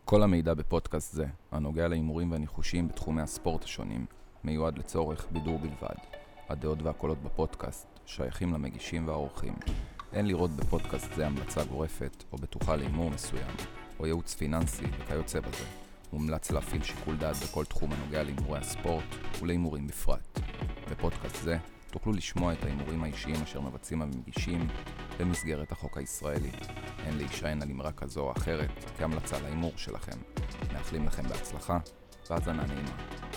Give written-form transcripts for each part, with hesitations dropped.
כל המידע בפודקאסט זה, הנוגע להימורים והניחושים בתחומי הספורט השונים, מיועד לצורך בידור בלבד. הדעות והקולות בפודקאסט שייכים למגישים והאורחים. אין לראות בפודקאסט זה המלצה גורפת או בטוחה להימור מסוים, או ייעוץ פיננסי וכיוצא בזה. מומלץ להפעיל שיקול דעת בכל תחום הנוגע להימורי הספורט ולהימורים בפרט. בפודקאסט זה תוכלו לשמוע את ההימורים האישיים אשר מבצעים המגישים במסגרת החוק הישראלי. אין להישען על אמרה כזו או אחרת כהמלצה להימור שלכם. מאחלים לכם בהצלחה והאזנה נעימה.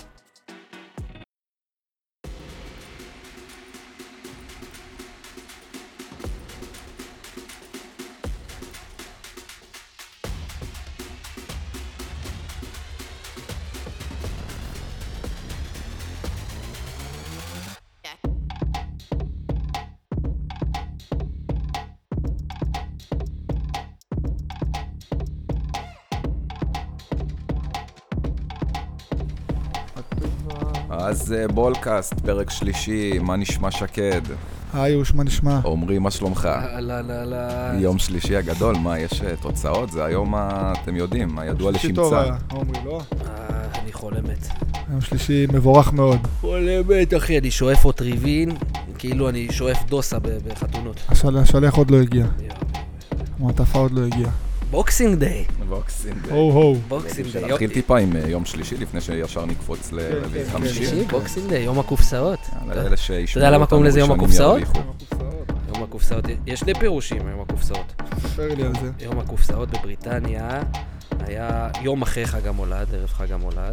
אז בולקאסט, פרק שלישי, מה נשמע שקד? היי יוש, מה נשמע? עומרי, מה שלומך? יום שלישי הגדול, מה, יש תוצאות? זה היום, אתם יודעים, הידוע לשמצה. שלישי טוב, עומרי, לא? אני חולמת. יום שלישי מבורך מאוד. חולמת, אחי, אני שואף עוד ריבין, כאילו אני שואף דוסה בחתונות. השלח עוד לא הגיע. המעטפה עוד לא הגיע. בוקסינג דיי. בוקסינג דיי. הו. בוקסינג דיי. נתחיל טיפה עם יום שלישי, לפני שישר נקפוץ לרביעי חמישי. בוקסינג דיי, יום הקופסאות. אלה שישמעו אתה יודע למה קוראים לזה יום הקופסאות? ירוויחו. יום הקופסאות, יש שני פירושים יום הקופסאות. ספר לי על זה. יום הקופסאות בבריטניה היה יום אחרי חג המולד, ערב חג המולד.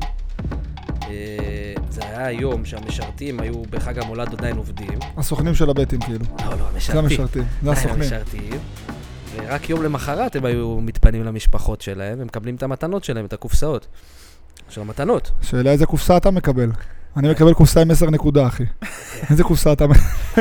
זה היה היום שהמשרתים היו בחג המולד עדיין עובדים. הסוכנים של הבטים כאילו. לא, המשרתים. זה המשרתים, זה הסוכנים. המשרתים. ורק יום למחרת הם היו מתפנים למשפחות שלהם, הם מקבלים את המתנות שלהם, את הקופסאות. של המתנות. שאלה איזה קופסה אתה מקבל? אני מקבל קופסה עם 10 נקודה, אחי. איזה קופסה אתה מקבל?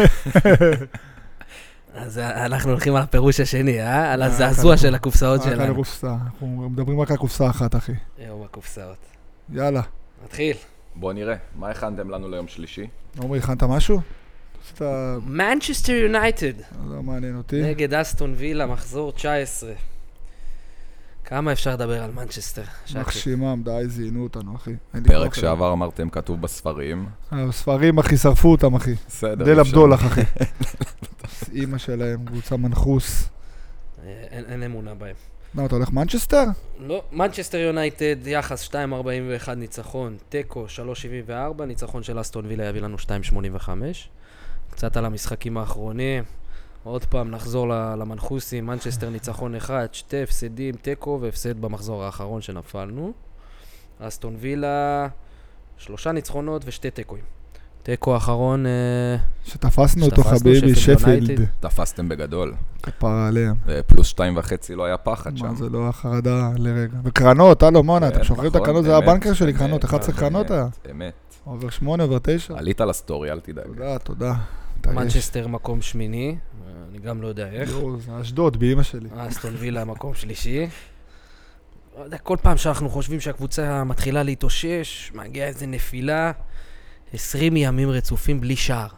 אז אנחנו הולכים על הפירוש השני, על הזעזוע של הקופסאות רק על שלנו. הקופסה. אנחנו מדברים רק על קופסה אחת, אחי. יום הקופסאות. יאללה. נתחיל. בוא נראה, מה הכנתם לנו ליום שלישי? עומרי, הכנת משהו? מנצ'סטר יונייטד. לא מעניין אותי. נגד אסטון וילה, מחזור 19. כמה אפשר לדבר על מנצ'סטר? מחשימם, די, זיינו אותנו, אחי. פרק שעבר אמרתם כתוב בספרים. הספרים, אחי, שרפו אותם, אחי. בסדר. דל הבדולח, אחי. אמא שלהם, קבוצה מנחוס. אין אמונה בהם. מה, אתה הולך מנצ'סטר? לא, מנצ'סטר יונייטד, יחס 2.41 ניצחון, טקו 3.74, ניצחון של אסטון וילה יביא לנו 2.85. קצת על המשחקים האחרונים, עוד פעם נחזור למנחוסים, מנצ'סטר ניצחון 1, 2 הפסדים, טקו והפסד במחזור האחרון שנפלנו. אסטון וילה, 3 ניצחונות ו2 טקויים. טקו האחרון... שתפסנו אותו חביבי, שפילד. תפסתם בגדול. כפרה עליהם. פלוס 2.5 לא היה פחד שם. מה זה לא החרדה לרגע. וקרנות, הלו מונה, אתם שוכרים את הקרנות, זה הבנקר שלי, קרנות, 11 קרנות היה. אמת. עובר 8, עובר 9. עלית לסטורי, אל תדאג. תודה. מנצ'סטר מקום שמיני, אני גם לא יודע איך. זה אשדוד, באמא שלי. אסטון וילה מקום שלישי. כל פעם שאנחנו חושבים שהקבוצה מתחילה להתאושש, מגיעה איזה נפילה, 20 ימים רצופים בלי שער.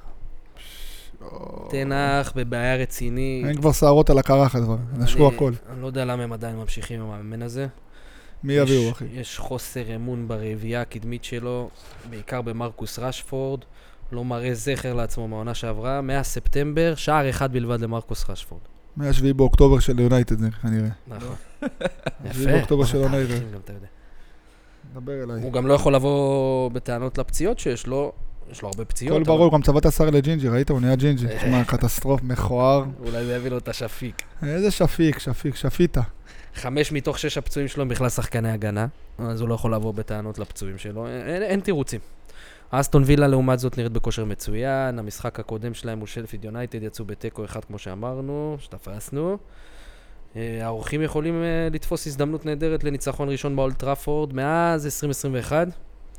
תנח בבעיה רציני. אין כבר שערות על הקרחת כבר, נשקו הכל. אני לא יודע למה הם עדיין ממשיכים עם המאמן הזה. מי יביאו, אחי? יש חוסר אמון ברביעייה הקדמית שלו, בעיקר במרקוס רשפורד. לא מראה זכר לעצמו מהעונה שעברה. 100 ספטמבר, שער אחד בלבד למרקוס רשפורד. 107 באוקטובר של יונייטד, זה כנראה. נכון. 7 באוקטובר של יונייטד. דבר אליי. הוא גם לא יכול לבוא בטענות לפציעות שיש לו. יש לו הרבה פציעות. כל ברור, גם צבט השר לג'ינג'י, ראית? הוא נהיה ג'ינג'י. תשמע, קטסטרוף, מכוער. אולי זה יביא לו את השפיק. איזה שפיק, שפיטה. 5 מתוך 6 הפצועים שלו הם בכלל שחקני הגנה, אז הוא לא יכול לבוא בטענות לפצועים שלו. אין תירוצים. אסטון וילה לעומת זאת נראית בכושר מצוין, המשחק הקודם שלהם מול שלפילד יונייטד יצאו בטקו 1 כמו שאמרנו, שתפסנו. האורחים יכולים לתפוס הזדמנות נהדרת לניצחון ראשון באולד טראפורד מאז 2021.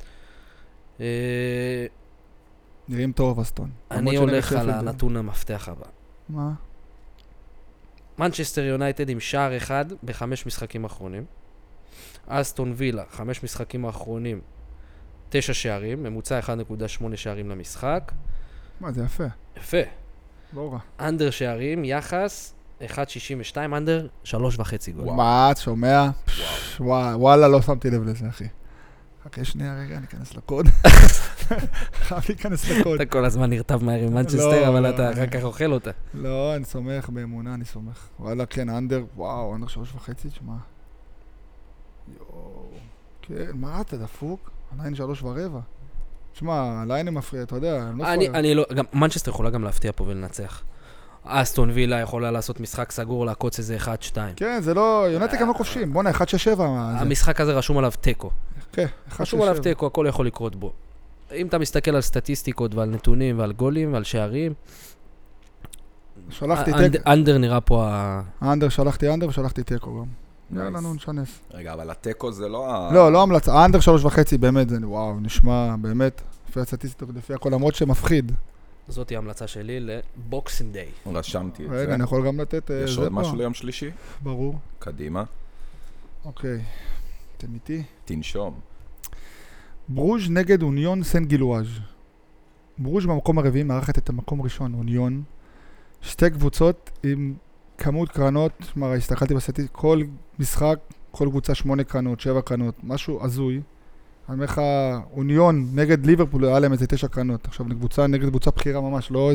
נראים טוב, אסטון. אני הולך על הנתון המפתח הבא. מה? מנצ'סטר יונייטד עם שער אחד ב5 משחקים אחרונים. אסטון וילה, 5 משחקים האחרונים, 9 שערים, ממוצע 1.8 שערים למשחק. מה, זה יפה. יפה. לא רע. אנדר שערים, יחס 1.62, אנדר 3.5 גול. מה, את שומע? ממש, וואלה, לא שמתי לב לזה, אחי. חכה שנייה, רגע, אני אכנס לקוד. חייב להיכנס לקוד. אתה כל הזמן נרטב מהר עם מנצ'סטר, אבל אתה אחר כך אוכל אותה. לא, אני סומך באמונה, אני סומך. וואלה, כן, אנדר, וואו, אנדר 3.5, תשמע. יואו, כן, מה אתה דפוק? עדיין 3.25. תשמע, הליין הם מפריע, אתה יודע, הם לא פריע. אני לא, גם מנצ'סטר יכולה גם להפתיע פה ולנצח. אסטון וילה יכולה לעשות משחק סגור, לעקוץ איזה 1-2. כן, זה לא, יונתק הם לא כובשים. בוא'נה, 1-6-7. המשחק הזה רשום עליו טקו. כן, 1-6-7. רשום עליו טקו, הכל יכול לקרות בו. אם אתה מסתכל על סטטיסטיקות ועל נתונים ועל גולים ועל שערים, שלחתי טקו. אנדר נראה פה האנדר, שלחתי אנדר ושלחתי טקו גם. יאללה, נו, נשנס. רגע, אבל הטקו זה לא לא המלצה. האנדר 3.5 באמת, זה וואו, נשמע באמת, לפי הסטטיסטיקות, לפי הכל, למרות שמפחיד. זאת היא ההמלצה שלי לבוקסינג דיי. רשמתי את זה. רגע, אני יכול גם לתת... יש עוד משהו ליום שלישי? ברור. קדימה. אוקיי. אתם איתי? תנשום. ברוז' נגד אוניון סן גילואז'. ברוז' במקום הרביעי מארחת את המקום הראשון, אוניון. שתי קבוצות עם כמות קרנות, כלומר, הסתכלתי בסטטיסטיקה, כל משחק, כל קבוצה 8 קרנות, 7 קרנות, משהו הזוי. אני אומר לך, אוניון נגד ליברפול, היה להם איזה 9 קרנות. עכשיו, נגד קבוצה בחירה ממש, לא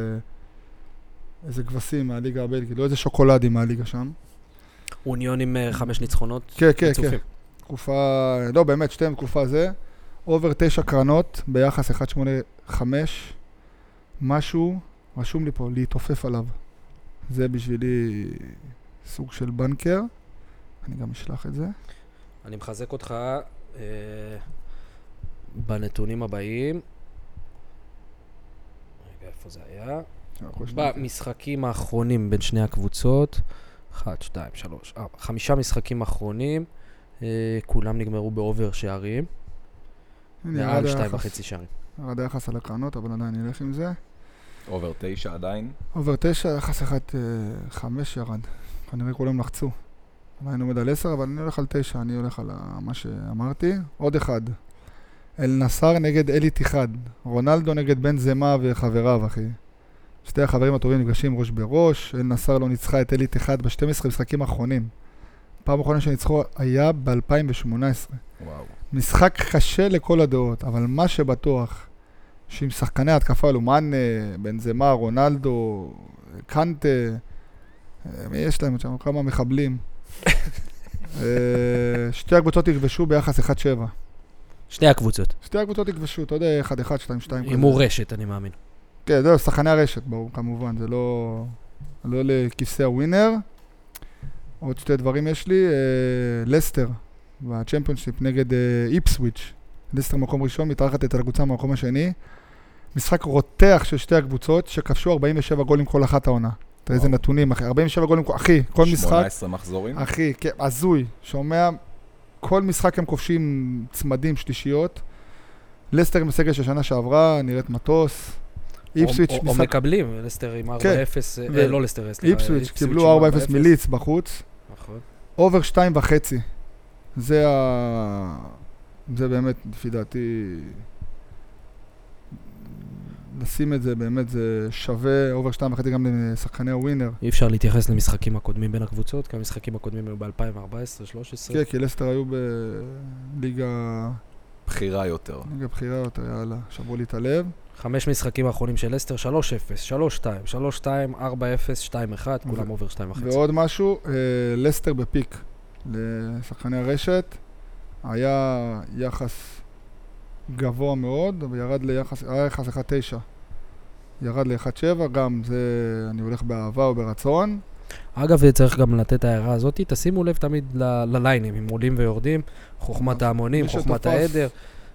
איזה גבסים מהליגה הבלגית, לא איזה שוקולדים מהליגה שם. אוניון עם 5 ניצחונות. כן. תקופה, לא באמת, שתיהם תקופה זה. אובר 9 קרנות, ביחס 1.85. משהו, רשום לי פה, להתעופף עליו. זה בשבילי סוג של בנקר. אני גם אשלח את זה. אני מחזק אותך בנתונים הבאים. רגע, איפה זה היה? במשחקים האחרונים בין שני הקבוצות. 1, 2, 3, 4, 5 משחקים אחרונים. כולם נגמרו באובר שערים. מעל 2.5 שערים. ירד היחס על הקרנות, אבל עדיין נלך עם זה. אובר 9 עדיין? אובר 9, יחס 1.5 ירד. כנראה כולם לחצו. עדיין עומד על 10, אבל אני הולך על 9, אני הולך על מה שאמרתי. עוד אחד. אל נסר נגד אלית אחד. רונלדו נגד בן זמה וחבריו, אחי. שתי החברים הטובים נפגשים ראש בראש. אל נסר לא ניצחה את אלית אחד ב-12 משחקים האחרונים. פעם האחרונה שניצחו היה ב-2018. וואו. משחק קשה לכל הדעות, אבל מה שבטוח, שעם שחקני התקפה לומן, בן זמה, רונלדו, קנטה, יש להם שם כמה מחבלים. שתי הקבוצות יכבשו ביחס 1-7. שתי הקבוצות. שתי הקבוצות יכבשו, אתה יודע, 1-1, 2-2. הימור רשת, אני מאמין. כן, זהו, שחקני הרשת, ברור, כמובן, זה לא לכיסא הווינר. עוד שתי דברים יש לי, לסטר, והצ'מפיונשיפ נגד איפסוויץ'. לסטר מקום ראשון, מתארחת את הקבוצה מהמקום השני. משחק רותח של שתי הקבוצות, שכבשו 47 גולים כל אחת העונה. אתה איזה נתונים, אחי, 47 גולים, אחי, כל משחק. 18 מחזורים? אחי, כן, הזוי, שומע, כל משחק הם כובשים צמדים שלישיות. לסטר עם הסגל של שנה שעברה, נראית מטוס. איפסוויץ' או מקבלים, לסטר עם 4-0, לא לסטר, סליחה. איפסוויץ' קיבלו 4-0 מיליץ בחוץ. נכון. אובר 2.5. זה באמת, לפי דעתי, לשים את זה, באמת זה שווה, אובר 2.5 גם לשחקני הווינר. אי אפשר להתייחס למשחקים הקודמים בין הקבוצות, כי המשחקים הקודמים היו ב-2014-2013. כן, כי לסטר היו בליגה... בחירה יותר. ליגה בחירה יותר, יאללה, שברו לי את הלב. 5 משחקים האחרונים של לסטר, 3-0, 3-2, 3-2, 4-0, 2-1, כולם אובר 2.5. ועוד משהו, לסטר בפיק לשחקני הרשת, היה יחס גבוה מאוד, וירד ליחס, היה יחס 1.9. ירד ל-1.7, גם זה אני הולך באהבה או ברצון. אגב, צריך גם לתת את ההערה הזאת, תשימו לב תמיד לליינים, אם עולים ויורדים, חוכמת ההמונים, חוכמת העדר.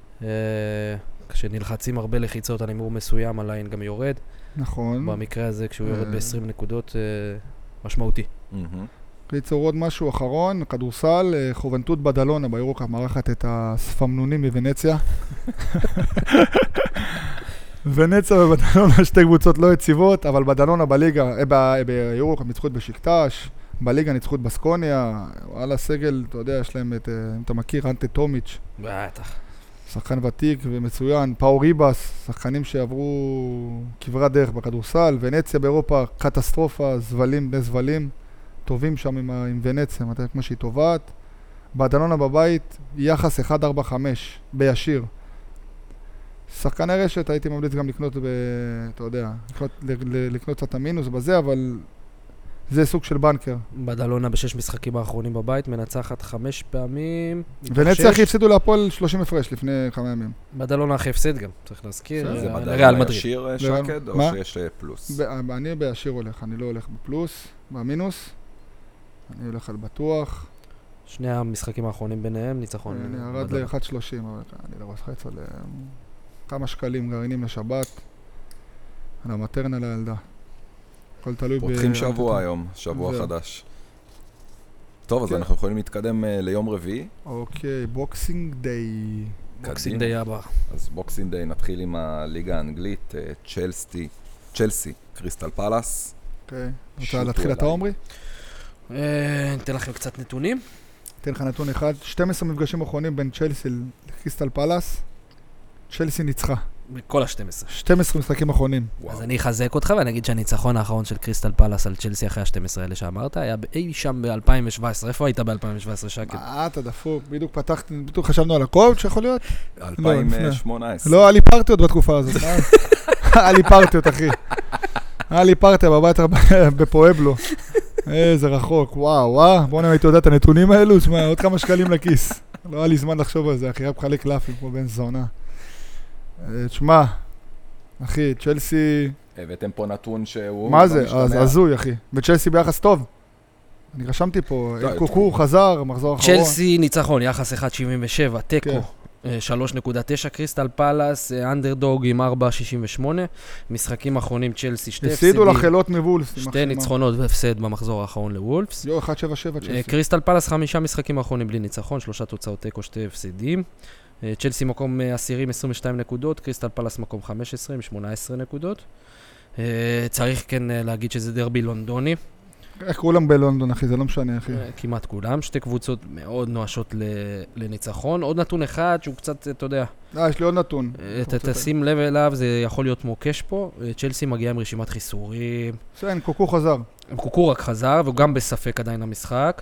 כשנלחצים הרבה לחיצות על הימור מסוים, הליין גם יורד. נכון. במקרה הזה, כשהוא יורד ב-20 נקודות, משמעותי. קיצור, עוד משהו אחרון, כדורסל, חובנטות בדלונה, ביורוקאפ מארחת את הספמנונים מוונציה. ונציה ובדלונה שתי קבוצות לא יציבות, אבל בדלונה בליגה, ביורוקאפ ניצחו בשיקטש, בליגה ניצחו בסקוניה, על הסגל, אתה יודע, יש להם את, אם אתה מכיר, אנטה טומיץ'. בטח. שחקן ותיק ומצוין, פאו ריבס, שחקנים שעברו כברת דרך בכדורסל, ונציה באירופה, קטסטרופה, זבלים בני זבלים, טובים שם עם ונציה, מתי כמו שהיא טובעת. בדלונה בבית, יחס 1.45 בישיר. שחקני רשת, הייתי ממליץ גם לקנות, אתה יודע, לקנות קצת המינוס בזה, אבל זה סוג של בנקר. בדלונה ב6 משחקים האחרונים בבית, מנצחת 5 פעמים. ונצח הפסידו להפועל 30 הפרש לפני 5 ימים. בדלונה אחרי הפסד גם, צריך להזכיר. זה ריאל בדלונה מדריד. ישיר שקד, או שיש פלוס? אני בישיר הולך, אני לא הולך בפלוס, במינוס. אני הולך על בטוח. שני המשחקים האחרונים ביניהם, ניצחון. אני ירד ל-1.30, אבל אני לא רצחץ על כמה שקלים גרעינים לשבת. על המטרנה לילדה. הכל תלוי פותחים שבוע היום, שבוע חדש. טוב, אז אנחנו יכולים להתקדם ליום רביעי. אוקיי, בוקסינג דיי. בוקסינג דיי הבא. אז בוקסינג דיי נתחיל עם הליגה האנגלית, צ'לסי, קריסטל פלאס. אוקיי, רוצה להתחיל אתה עומרי? ניתן לכם קצת נתונים. ניתן לך נתון אחד, 12 מפגשים אחרונים בין צ'לסי לקריסטל פלאס. צ'לסי ניצחה. בכל ה-12. 12 משחקים אחרונים. אז אני אחזק אותך ואני אגיד שהניצחון האחרון של קריסטל פלאס על צ'לסי אחרי ה-12 האלה שאמרת, היה אי שם ב-2017. איפה היית ב-2017 שקד? אתה דפוק, בדיוק חשבנו על הקואוצ' שיכול להיות? 2018. לא, היה לי פרטיות בתקופה הזאת. היה לי פרטיות, אחי. היה לי פרטיה בבית בפואבלו. איזה רחוק, וואו. בואו נראה, הייתי יודע את הנתונים האלו, תשמע, עוד כמה שקלים לכיס. לא היה לי זמן לחשוב על זה, אחי, היה בחלק קלפים כמו בן זונה. תשמע, אחי, צ'לסי... הבאתם פה נתון שהוא... מה זה? אז הזוי, אחי. וצ'לסי ביחס טוב. אני רשמתי פה, קוקו חזר, מחזור אחרון. צ'לסי ניצחון, יחס 1.77, טקו. 3.9, קריסטל פלאס, אנדרדוג עם 4.68, משחקים האחרונים צ'לסי, שתי הפסדים. הפסידו לחילות מוולפס. שתי ניצחונות והפסד במחזור האחרון לוולפס. 1.77 צ'לסי. קריסטל פלאס 5 משחקים האחרונים בלי ניצחון, 3 תוצאות טקו, 2 הפסדים. צ'לסי מקום 10 עם 22 נקודות, קריסטל פלאס מקום 15 עם 18 נקודות. צריך כן להגיד שזה דרבי לונדוני. כולם בלונדון, אחי, זה לא משנה, אחי. כמעט כולם, שתי קבוצות מאוד נואשות לניצחון. עוד נתון אחד שהוא קצת, אתה יודע... יש לי עוד נתון. תשים לב אליו, זה יכול להיות מוקש פה. צ'לסי מגיעה עם רשימת חיסורים. כן, קוקו חזר. קוקו רק חזר, והוא גם בספק עדיין המשחק.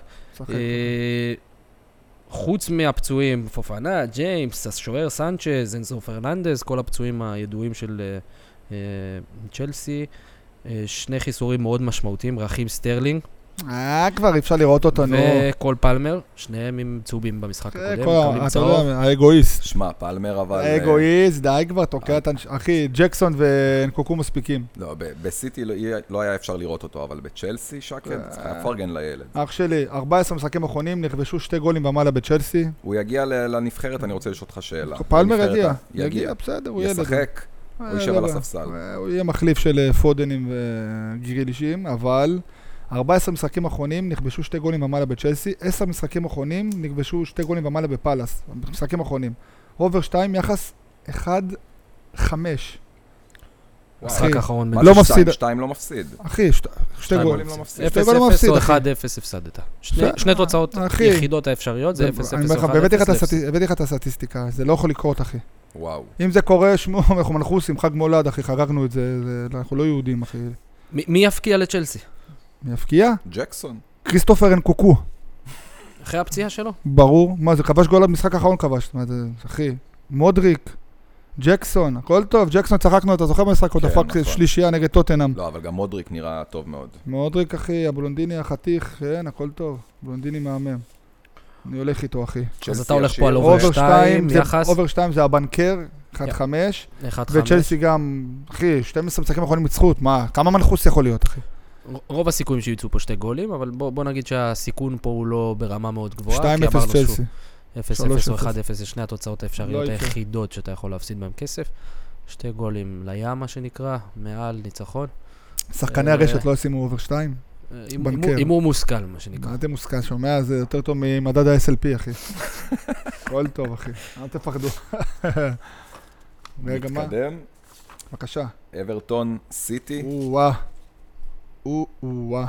חוץ מהפצועים, פופנה, ג'יימס, השוער סנצ'ז, אנזו פרננדז, כל הפצועים הידועים של צ'לסי. שני חיסורים מאוד משמעותיים, רכים סטרלינג. כבר אפשר לראות אותו, נו. וקול פלמר, שניהם עם צהובים במשחק הקודם. אתה יודע, האגואיסט. שמע, פלמר אבל... האגואיסט, די כבר, תוקע את... אחי, ג'קסון ונקוקו מספיקים. לא, בסיטי לא היה אפשר לראות אותו, אבל בצ'לסי, שקד, צריך לפרגן לילד. אח שלי, 14 משחקים אחרונים, נכבשו 2 גולים ומעלה בצ'לסי. הוא יגיע לנבחרת, אני רוצה לשאול אותך שאלה. פלמר יגיע, בסדר, הוא ילד. ישחק, הוא יישב על הספסל. הוא יהיה מחליף של פודנים וגרילישים, אבל 14 משחקים אחרונים נכבשו 2 גולים ומעלה בצ'לסי, 10 משחקים אחרונים נכבשו 2 גולים ומעלה בפלאס, משחקים אחרונים. רובר 2 יחס 1-5. משחק האחרון. לא מפסיד. 2 לא מפסיד. אחי, 2 גולים לא מפסיד. 0-0 או 1-0 הפסדת. שני תוצאות יחידות האפשריות, זה 0-0 או 1-0. הבאתי לך את הסטטיסטיקה, זה לא יכול לקרות, אחי. וואו. אם זה קורה, שמו, אנחנו מנחוסים, חג מולד, אחי, חגגנו את זה, אנחנו לא יהודים, אחי. מי יפקיע לצ'לסי? מי יפקיע? ג'קסון. כריסטופר אנקוקו. אחרי הפציעה שלו? ברור. מה זה, כבש גול במשחק האחרון כבש. מה זה, אחי. מודריק, ג'קסון, הכל טוב. ג'קסון צחקנו, אתה זוכר במשחק, עוד דפק שלישייה נגד טוטנהאם. לא, אבל גם מודריק נראה טוב מאוד. מודריק, אחי, הבלונדיני החתיך, כן, הכל טוב. בלונדיני מהמם. אני הולך איתו, אחי. אז אתה הולך פה על אובר 2, יחס? אובר 2 זה הבנקר, 1-5. וצ'לסי גם, אחי, 12 משחקים אחרונים מצחוט. מה, כמה מנחוס יכול להיות, אחי? רוב הסיכויים שיצאו פה 2 גולים, אבל בוא נגיד שהסיכון פה הוא לא ברמה מאוד גבוהה. 2-0 צ'לסי. 0-0 או 1-0 זה שני התוצאות האפשריות היחידות שאתה יכול להפסיד בהם כסף. 2 גולים לים, מה שנקרא, מעל ניצחון. שחקני הרשת לא עשימו אובר 2? הימור מושכל, מה שנקרא. אתם מושכל, שומע, זה יותר טוב ממדד ה-SLP, אחי. כל טוב, אחי. אל תפחדו. מתקדם. בבקשה. אברטון סיטי. וואה.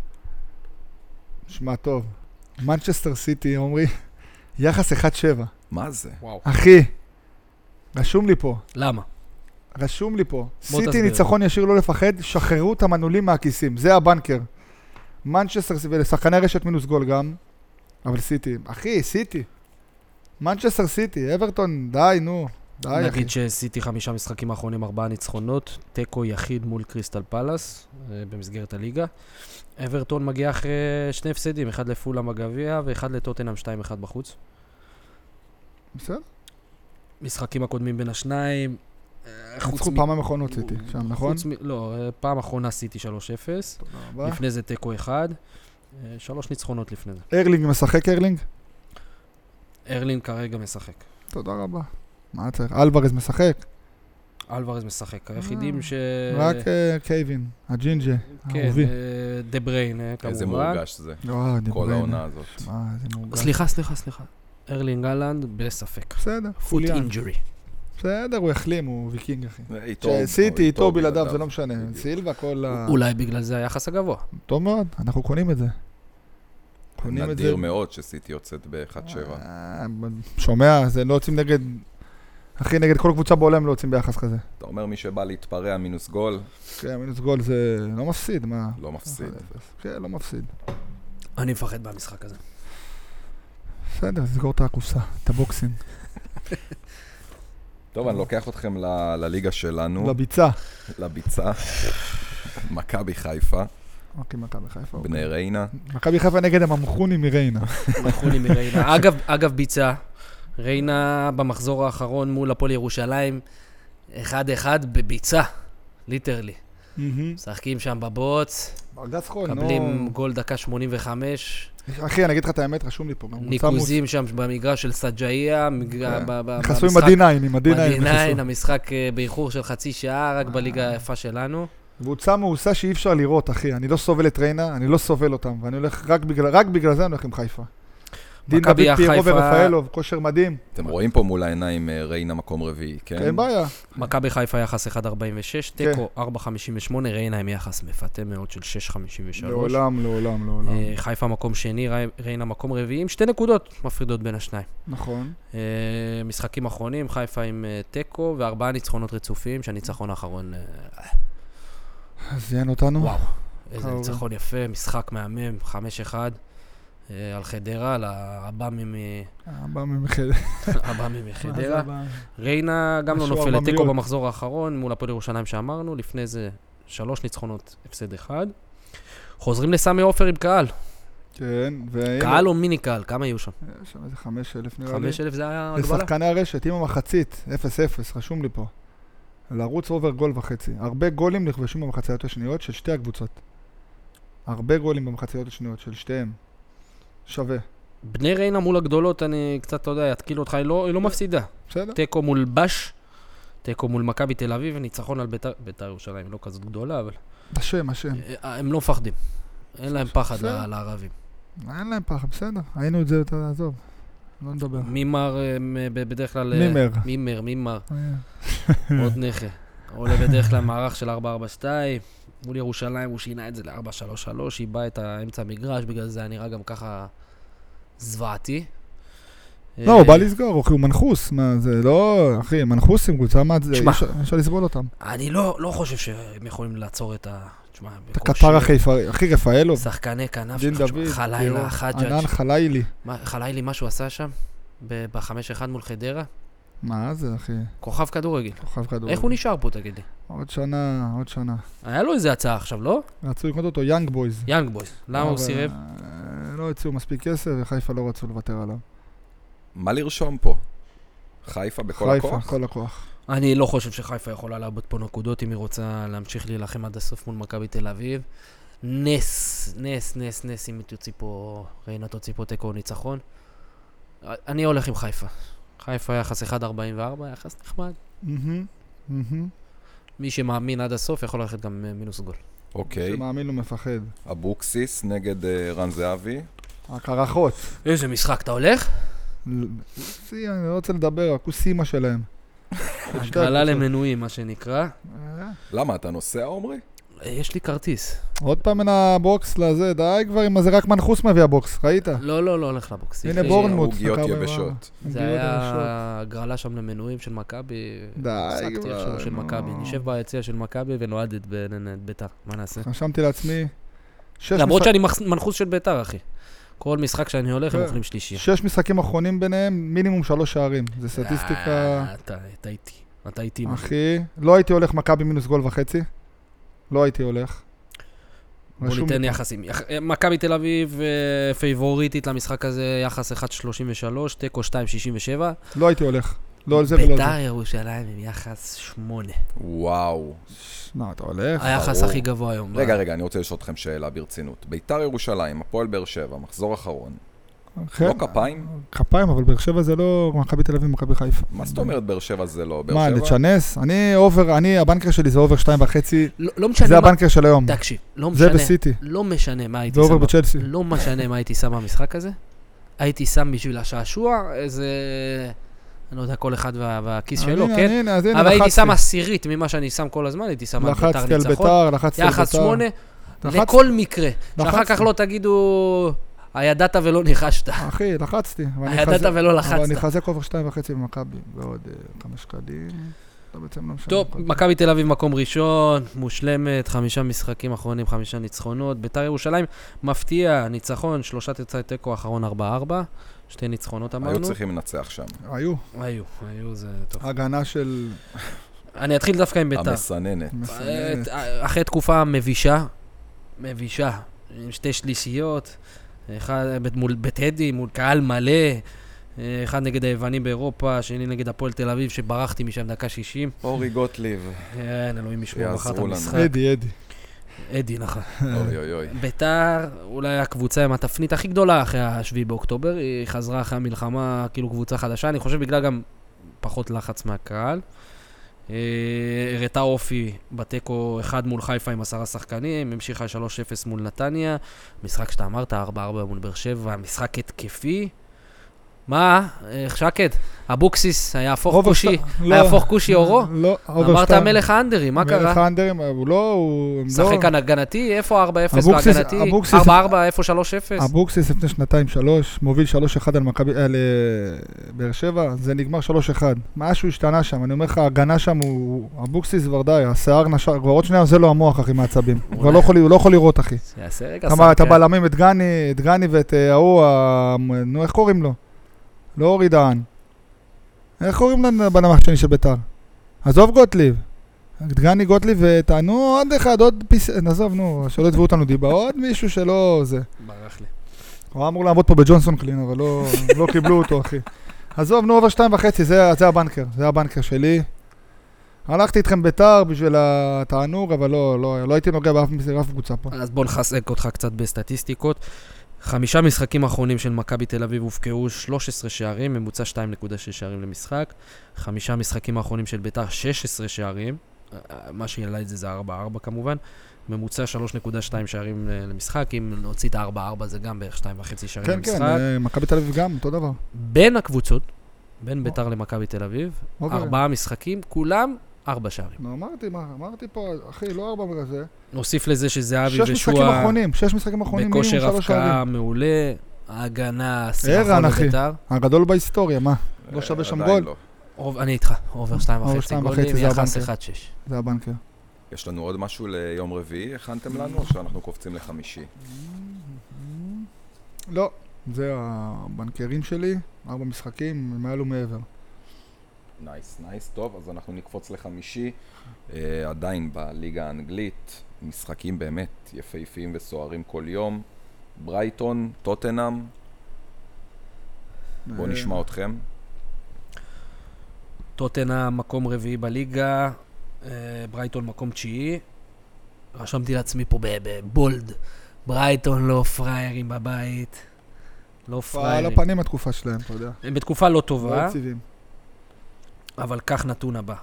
שמע טוב. מנצ'סטר סיטי, אומרי, יחס 1-7. מה זה? אחי, רשום לי פה. למה? רשום לי פה. סיטי ניצחון ישיר לא לפחד, שחררו את המנעולים מהכיסים. זה הבנקר. מנצ'סטר סיטי, ולשחקני רשת מינוס גול גם. אבל סיטי, אחי, סיטי. מנצ'סטר סיטי, אברטון, די, נו. די, אחי. נגיד שסיטי 5 משחקים האחרונים, 4 ניצחונות, טקו יחיד מול קריסטל פלאס, במסגרת הליגה. אברטון מגיע אחרי 2 הפסדים, 1 לפולהאם בגביע ו1 לטוטנהאם 2-1 בחוץ. בסדר? משחקים הקודמים בין השניים. ניצחו פעם המכונות סיטי, שם, נכון? לא, פעם אחרונה סיטי 3-0. תודה רבה. לפני זה טקו 1. 3 ניצחונות לפני זה. ארלינג משחק ארלינג? ארלינג כרגע משחק. תודה רבה. מה צריך? אלוורז משחק? אלוורז משחק. היחידים ש... רק קייבין, הג'ינג'ה, כן, האהובי. דה בריין, כמובן. איזה מורגש זה, דה כל בריין. העונה הזאת. שמע, איזה מורגש. סליחה. ארלינג הלנד בספק. בסדר, פוט פוליאן. אינג'רי. בסדר, הוא החלים, הוא ויקינג, אחי. איתו, סיטי, איתו, בלעדיו, בלעדיו. זה לא משנה. סילבה, כל ה... אולי בגלל זה היחס הגבוה. טוב מאוד, אנחנו קונים את זה. קונים את זה. נדיר מאוד שסיטי יוצאת ב-1-7. שומע, זה לא יוצאים נגד... אחי, נגד כל קבוצה בעולם לא יוצאים ביחס כזה. אתה אומר מי שבא להתפרע מינוס גול, כן, מינוס גול זה לא מפסיד, מה? לא מפסיד. כן, לא מפסיד. אני מפחד מהמשחק הזה. בסדר, נסגור את הקופסה, את הבוקסינג. טוב, אני לוקח אתכם לליגה שלנו, לביצה. לביצה. מכבי חיפה, אוקיי, מכבי חיפה. בני ריינה. מכבי חיפה נגד הממחוני מריינה. מחוני מריינה. אגב ביצה, ריינה במחזור האחרון מול הפועל ירושלים, 1-1 בביצה, ליטרלי. משחקים שם בבוץ, ארגז חול, נו. מקבלים גול דקה 85, אחי, אני אגיד לך את האמת, רשום לי פה. ניקוזים שם במגרש של סג'איה, נכנסו עם ה-D9, עם ה-D9. המשחק באיחור של חצי שעה, רק בליגה היפה שלנו. קבוצה מעושה שאי אפשר לראות, אחי. אני לא סובל את ריינה, אני לא סובל אותם, ואני הולך רק בגלל זה אני הולך עם חיפה. דין דוד פירו ורפאלוב, כושר מדהים. אתם רואים פה מול העיניים ריינה מקום רביעי, כן? כן, בעיה. מכבי חיפה יחס 1.46, טקו 4.58, ריינה עם יחס מפתה מאוד של 6.53. לעולם. חיפה מקום שני, ריינה מקום רביעי, עם 2 נקודות מפרידות בין השניים. נכון. משחקים אחרונים, חיפה עם טקו ו4 ניצחונות רצופים, שהניצחון האחרון... אז יען אותנו. וואו, איזה ניצחון יפה, משחק מהמם, 5-1. על חדרה, על הבאמים מחדרה. ריינה גם לא נופל לטקו במחזור האחרון, מול הפועל ירושלים שאמרנו, לפני זה 3 ניצחונות, הפסד 1. חוזרים לסמי עופר עם קהל. כן, קהל או מיני קהל, כמה יהיו שם? שם איזה 5,000 נראה לי. 5,000 זה היה הגבלה? לשחקני הרשת, עם המחצית, 0-0, רשום לי פה. לרוץ אובר גול וחצי. הרבה גולים נכבשו במחציות השניות של שתי הקבוצות. הרבה גולים במחציות השניות של שתיהם. שווה. בני ריינה מול הגדולות, אני קצת, אתה יודע, יתקיל אותך, היא לא מפסידה. בסדר. טקו מול בש, טקו מול מכבי תל אביב, וניצחון על בית"ר ירושלים, לא כזאת גדולה, אבל... השם. הם לא מפחדים. אין להם פחד לערבים. אין להם פחד, בסדר. היינו את זה, תעזוב. לא נדבר. מימר, בדרך כלל... מימר. עוד נכה. עולה בדרך כלל מערך של 4-4-2. מול ירושלים הוא שינה את זה ל-4-3-3, היא באה את האמצע המגרש, בגלל זה היה נראה גם ככה זוועתי. לא, הוא בא לסגור, הוא מנחוס, מה זה, לא, אחי, מנחוסים, קבוצה, מה זה, אפשר לסבול אותם. אני לא חושב שהם יכולים לעצור את ה... את הקטר הכי רפאלוב. שחקני כנף, דין דוד, חלילה, חג'אג'. ענן חלילי. חלילי, מה שהוא עשה שם? ב-5-1 מול חדרה? מה זה, אחי? כוכב כדורגל. איך הוא נשאר פה, תגיד לי? עוד שנה. היה לו איזה הצעה עכשיו, לא? רצו לקנות אותו, יאנג בויז. למה הוא סירב? לא הציעו מספיק כסף, וחיפה לא רצו לוותר עליו. מה לרשום פה? חיפה בכל הכוח? חיפה, כל הכוח. אני לא חושב שחיפה יכולה לאבד פה נקודות אם היא רוצה להמשיך להילחם עד הסוף מול מכבי תל אביב. נס, אם תוציא פה, ריינה תוציא פה תיקו ניצחון. אני הולך עם חיפה. חיפה יחס 1.44, יחס נחמד. מי שמאמין עד הסוף יכול ללכת גם מינוס גול. אוקיי. מי שמאמין הוא מפחד. אבוקסיס נגד רן זהבי. הקרחות. איזה משחק, אתה הולך? אני לא רוצה לדבר, הכוסימה שלהם. הגרלה למנויים, מה שנקרא. למה, אתה נוסע, עומרי? יש לי כרטיס. עוד פעם מן הבוקס לזה, די כבר, אם זה רק מנחוס מביא הבוקס, ראית? לא הולך לבוקס. הנה בורנמוט. עוגיות יבשות. זה היה הגרלה שם למנויים של מכבי. די עסקתי עכשיו של מכבי. נשב ביציע של מכבי ונועד את ביתר. מה נעשה? חשמתי לעצמי. למרות שאני מנחוס של ביתר, אחי. כל משחק שאני הולך, הם אוכלים שלישי. 6 משחקים אחרונים ביניהם, מינימום 3 שערים. זה סטטיסטיקה... אתה איתי. אחי, לא הייתי הולך מכבי מינוס גול וחצי. לא הייתי הולך. בוא ניתן יחסים. מכבי תל אביב פייבוריטית למשחק הזה, יחס 1.33, תיקו 2.67. לא הייתי הולך. לא על זה ולא על זה. בית"ר ירושלים עם יחס 8. וואו. מה, אתה הולך? היחס הכי גבוה היום. רגע, אני רוצה לשאול אתכם שאלה ברצינות. בית"ר ירושלים, הפועל באר שבע, מחזור אחרון. כן. לא כפיים? כפיים, אבל באר שבע זה לא מכבי תל אביב ומכבי חיפה. מה זאת אומרת באר שבע זה לא? מה, לצ'נס? הבנקר שלי זה אובר 2.5. לא משנה. זה הבנקר של היום. תקשיב, לא זה משנה. בסיטי. לא משנה מה הייתי זה אובר בצ'לסי. לא משנה מה הייתי שם במשחק הזה. הייתי שם בשביל השעשוע איזה... אני לא יודע, כל אחד והכיס שלו, כן? אבל הייתי שם 10 ממה שאני שם כל הזמן, הייתי שם על בית"ר ניצחון. לחצתי על בית"ר. יחס 8, לכל מקרה. שאחר כך לא תגידו, הידעת ולא ניחשת. אחי, לחצתי. הידעת ולא לחצת. אבל אני חזק אובר 2.5 במכבי, ועוד 5 שקלים. טוב, מכבי תל אביב מקום ראשון, מושלמת, 5 משחקים אחרונים, 5 ניצחונות. בית"ר ירושלים מפתיע, ניצחון, 3 תוצאות תיקו אחרון 4-4. 2 ניצחונות אמרנו. היו צריכים לנצח שם. היו, זה טוב. הגנה של... אני אתחיל דווקא עם בית"ר. המסננת. אחרי תקופה מבישה, עם 2 שלישיות, אחד מול בית-הדי, מול קהל מלא, אחד נגד היוונים באירופה, שני נגד הפועל תל אביב, שברחתי משם דקה 60. אורי גוטליב. כן, אלוהים ישמור מחר את המשחק. אדי, נכון. אוי. בית"ר, אולי הקבוצה עם התפנית הכי גדולה אחרי ה7 באוקטובר, היא חזרה אחרי המלחמה, כאילו קבוצה חדשה, אני חושב בגלל גם פחות לחץ מהקהל. הראתה אופי בתיקו 1 מול חיפה עם 10 שחקנים, המשיכה 3-0 מול נתניה, משחק שאתה אמרת, 4-4 מול באר שבע, משחק התקפי. מה? שקט, אבוקסיס היה הפוך קושי אורו? לא, אמרת מלך האנדרים, מה קרה? מלך האנדרים, הוא לא... משחק כאן הגנתי, איפה 4-0 בהגנתי? 4-4, איפה 3-0? אבוקסיס לפני 2-3, מוביל 3-1 על באר שבע, זה נגמר 3-1. משהו השתנה שם, אני אומר לך, ההגנה שם הוא... אבוקסיס כבר די, השיער נשר, כבר עוד שניה זה לא המוח, אחי, מעצבים. כבר לא יכול לראות, אחי. את הבלמים, את גני ואת ההוא, נו, איך קוראים לו? לא אורי דהן. איך קוראים לבנם השני של בית"ר? עזוב גוטליב. דגני גוטליב ותענו עוד אחד, עוד נעזוב, נו, שלא יתבעו אותנו דיבה, עוד מישהו שלא זה. ברח לי. הוא אמור לעבוד פה בג'ונסון קלין, אבל לא קיבלו אותו, אחי. עזוב, נו, אובר 2.5, זה הבנקר, זה הבנקר שלי. הלכתי איתכם בית"ר בשביל התענוג, אבל לא הייתי נוגע באף קבוצה פה. אז בוא נחזק אותך קצת בסטטיסטיקות. 5 משחקים האחרונים של מכבי תל אביב הופקעו 13 שערים, ממוצע 2.6 שערים למשחק. 5 משחקים האחרונים של בית"ר 16 שערים, מה שיעלה את זה 4-4 כמובן. ממוצע 3.2 שערים למשחק, אם נוציא את ה-4-4 זה גם בערך 2.5 שערים למשחק. כן, מכבי תל אביב גם, אותו דבר. בין הקבוצות, בין בית"ר למכבי תל אביב, 4 משחקים, כולם 4 שערים. אמרתי פה, אחי, לא 4 בגלל נוסיף לזה שזהבי ושועה 6 משחקים אחרונים, בכושר הפקעה מעולה, ההגנה, סירחון לבית"ר. הגדול בהיסטוריה, מה? לא שווה שם גול? אני איתך, אובר 2.5 גולים, יחס 1-6. זה הבנקר. יש לנו עוד משהו ליום רביעי, הכנתם לנו, או שאנחנו קופצים לחמישי? לא, זה הבנקרים שלי, 4 משחקים, מעל ומעבר. נייס, טוב, אז אנחנו נקפוץ לחמישי, עדיין בליגה האנגלית, משחקים באמת יפהפיים וסוערים כל יום, ברייטון, טוטנהאם, בואו נשמע אתכם. טוטנהאם מקום רביעי בליגה, ברייטון מקום 9, רשמתי לעצמי פה בבולד, ברייטון לא פריירים בבית, לא פריירים. על הפנים התקופה שלהם, אתה יודע. הם בתקופה לא טובה. לא יציבים. אבל כך נתון הבא.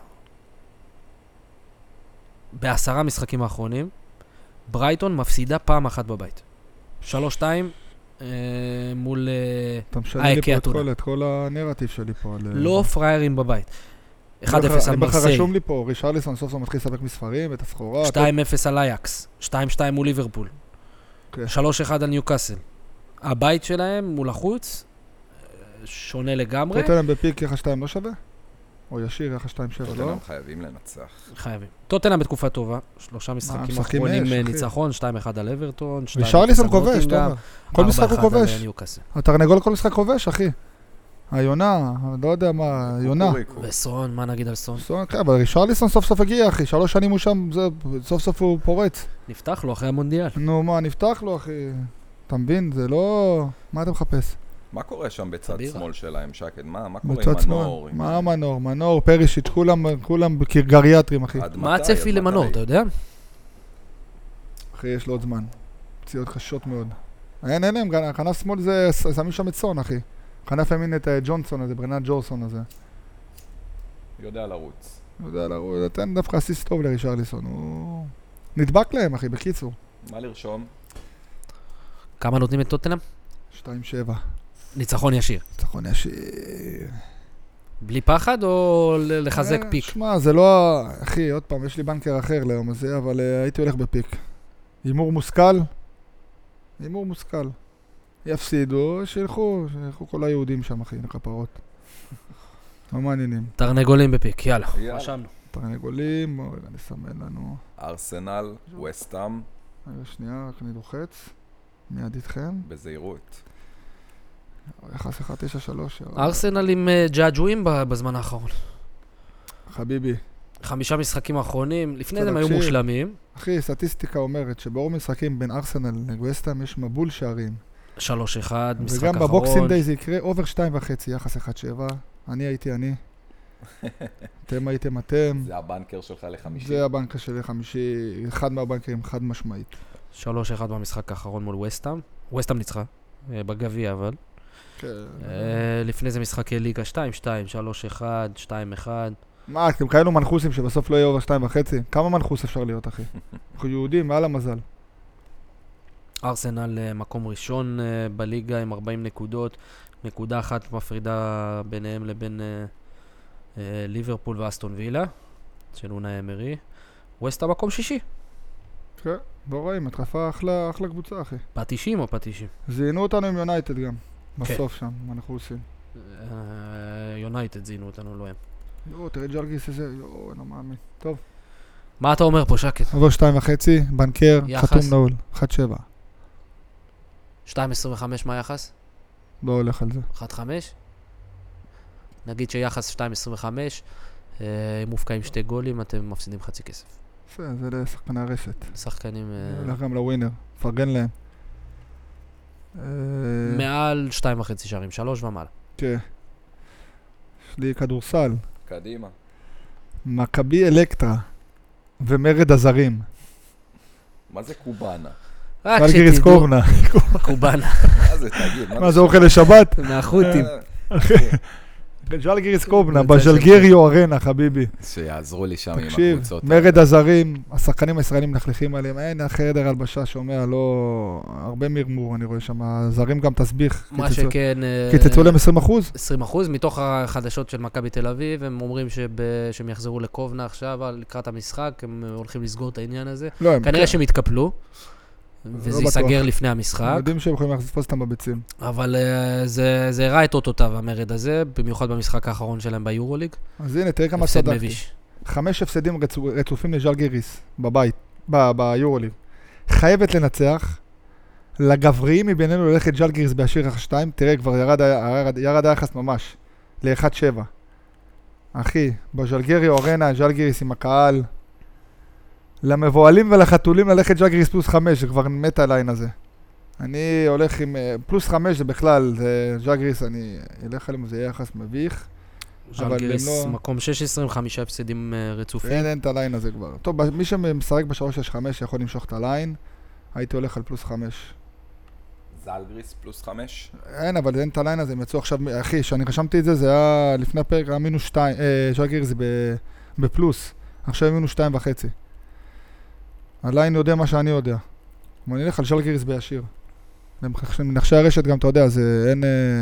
ב10 משחקים האחרונים, ברייטון מפסידה פעם אחת בבית. 3-2 מול אתה משנה לי פה את כל הנרטיב שלי פה. לא פריירים בבית. 1-0 על מרסיי. רשום לי פה, רישרליסון סוף סוף מתחיל לספק מספרים, את הסחורה. 2-0 על אייקס. 2-2 מול ליברפול. 3-1 על ניוקאסל. הבית שלהם מול החוץ, שונה לגמרי. טוטנהאם בפיק 1-2 לא שווה? או ישיר, יחס 2-7, לא? טוטנהאם חייבים לנצח. חייבים. טוטנהאם בתקופה טובה, 3 משחקים משחקים אחרונים יש, אחי. ניצחון, 2-1 על אברטון, 2-0 רישרליסון כובש, נוטינגהאם, תומר. כל משחק הוא 4-1 כובש. על ניוקאסל. התרנגול כל משחק כובש, אחי. היונה, אני לא יודע מה, היונה. קוקוריקו. וסון, מה נגיד על סון? כן, אבל רישרליסון סוף סוף הגיע, אחי. 3 שנים הוא שם, סוף סוף הוא פורץ. נפתח לו אחרי המונדיאל. נו, מה, נפתח לו, אחי. אתה מבין? זה לא... מה אתה מחפש? מה קורה שם בצד בירה. שמאל שלהם, שקד? מה קורה בצד עם שמאל. מנור? עם- מה מנור? מנור, פרישיץ', כולם גריאטרים, אחי. עד מה מתי? הצפי עד למנור, מתי? אתה יודע? אחי, יש לו עוד זמן. פציעות קשות מאוד. אין להם, הכנף שמאל זה, שמים שם את סון, אחי. כנף ימין את ג'ונסון הזה, ברנד ג'ורסון הזה. יודע לרוץ. הוא נתן דווקא אסיסט טוב לרישרליסון, הוא... נדבק להם, אחי, בקיצור. מה לרשום? כמה נותנים את טוטנהאם? 2-7. ניצחון ישיר. ניצחון ישיר. בלי פחד או לחזק פיק? שמע, זה לא... אחי, עוד פעם, יש לי בנקר אחר ליום הזה, אבל הייתי הולך בפיק. הימור מושכל? הימור מושכל. יפסידו, שילכו כל היהודים שם, אחי, לכפרות. לא מעניינים. תרנגולים בפיק, יאללה. יאללה. רשמנו. תרנגולים, בואו רגע נסמן לנו. ארסנל, וסטאם, רגע, שנייה, רק אני לוחץ. מיד איתכם. בזהירות. יחס 1-9-3. ארסנל עם ג'אג'ויים בזמן האחרון. חביבי. 5 משחקים האחרונים, לפני זה הם היו תקשיב. מושלמים. אחי, סטטיסטיקה אומרת שברוב משחקים בין ארסנל לווסטהאם יש מבול שערים. 3-1, משחק וגם אחרון. בבוקסינג דיי זה יקרה אובר 2.5, יחס 1-7. אני הייתי אני. אתם הייתם אתם. זה הבנקר שלך לחמישי. זה הבנקר שלי חמישי, אחד מהבנקרים חד משמעית. 3-1 במשחק האחרון מול וסטהאם. וסטהאם ניצחה, בגביע אבל. כן. לפני זה משחקי ליגה 2-2, 3-1, 2-1. מה, אתם כאלו מנחוסים שבסוף לא יהיה אובר 2.5? כמה מנחוס אפשר להיות, אחי? אנחנו יהודים, מעל המזל. ארסנל מקום ראשון בליגה עם 40 נקודות. נקודה אחת מפרידה ביניהם לבין ליברפול ואסטון וילה, של אונאי אמרי. וסטהאם מקום שישי. כן, לא רואים, התקפה אחלה קבוצה, אחי. פטישים או פטישים? זיינו אותנו עם יונייטד גם. בסוף שם, מה אנחנו עושים. יונייטד זינו אותנו, לא הם. תראה ג'לגיס איזה, לא מאמין. טוב. מה אתה אומר פה, שקט? עובר 2.5, בנקר, יחס? חתום נעול. 1-7. 2.25 מה היחס? לא הולך על זה. 1.5? נגיד שיחס 2.25, מופקעים 2 גולים, אתם מפסידים חצי כסף. זה לשחקני הרשת. שחקנים הולך גם לווינר, פרגן להם. מעל 2.5 שערים, 3 ומעלה. כן. יש לי כדורסל. קדימה. מכבי אלקטרה ומרד הזרים. מה זה קובאנה? רק ז'לגיריס שתדעו, קובנה. קובאנה, מה זה, תגיד? מה זה אוכל לשבת? מהחות'ים. ז'לגיריס קובנה, קבוצה של- בז'לגיריו ארנה, חביבי. שיעזרו לי שם עם תקשיב, הקבוצות. מרד הזרים, השחקנים הישראלים נחליכים עליהם, אין, החדר הלבשה שומע, לא... הרבה מרמור, אני רואה שם, הזרים גם תסביך. מה שכן... קיצצו להם 20%? 20%. מתוך החדשות של מכבי תל אביב, הם אומרים שהם יחזרו לקובנה עכשיו, לקראת המשחק, הם הולכים לסגור את העניין הזה. לא, הם כנראה שהם יתקפלו, וזה לא ייסגר בטוח. לפני המשחק. יודעים שהם יכולים לתפוס אותם בביצים. אבל זה הראה את אותותיו, המרד הזה, במיוחד במשחק האחרון שלהם ביורוליג. אז הנה, תראה כמה הפסד צדקתי. מביש. 5 הפסדים רצופים לז'לגיריס בבית, ביורוליג. חייבת לנצח. לגבריים מבינינו ללכת ז'לגיריס בישיר יחס 2, תראה, כבר ירד היחס ממש, ל-1-7. אחי, בז'לגיריו ארנה, ז'לגיריס עם הקהל. למבועלים ולחתולים ללכת ז'לגיריס פלוס 5, זה כבר מת הליין הזה. אני הולך עם פלוס 5, זה בכלל, זה ז'לגיריס, אני אלך עליהם, זה יהיה יחס מביך. ז'לגיריס הם לא- מקום 16 עם 5 הפסדים רצופים. אין את הליין הזה כבר. טוב, מי שמשחק ב-365 יכול למשוך את הליין, הייתי הולך על פלוס 5. זלגריס פלוס 5. אין, אבל אין את הליין הזה, הם יצאו עכשיו, אחי, כשאני רשמתי את זה, זה היה לפני הפרק, היה מינוס 2, ז'לגיריס זה בפלוס, עכשיו הם מינוס 2.5. הליין יודע מה שאני יודע. אבל אני אלך על ז'לגיריס בישיר. מנחשי הרשת גם, אתה יודע, זה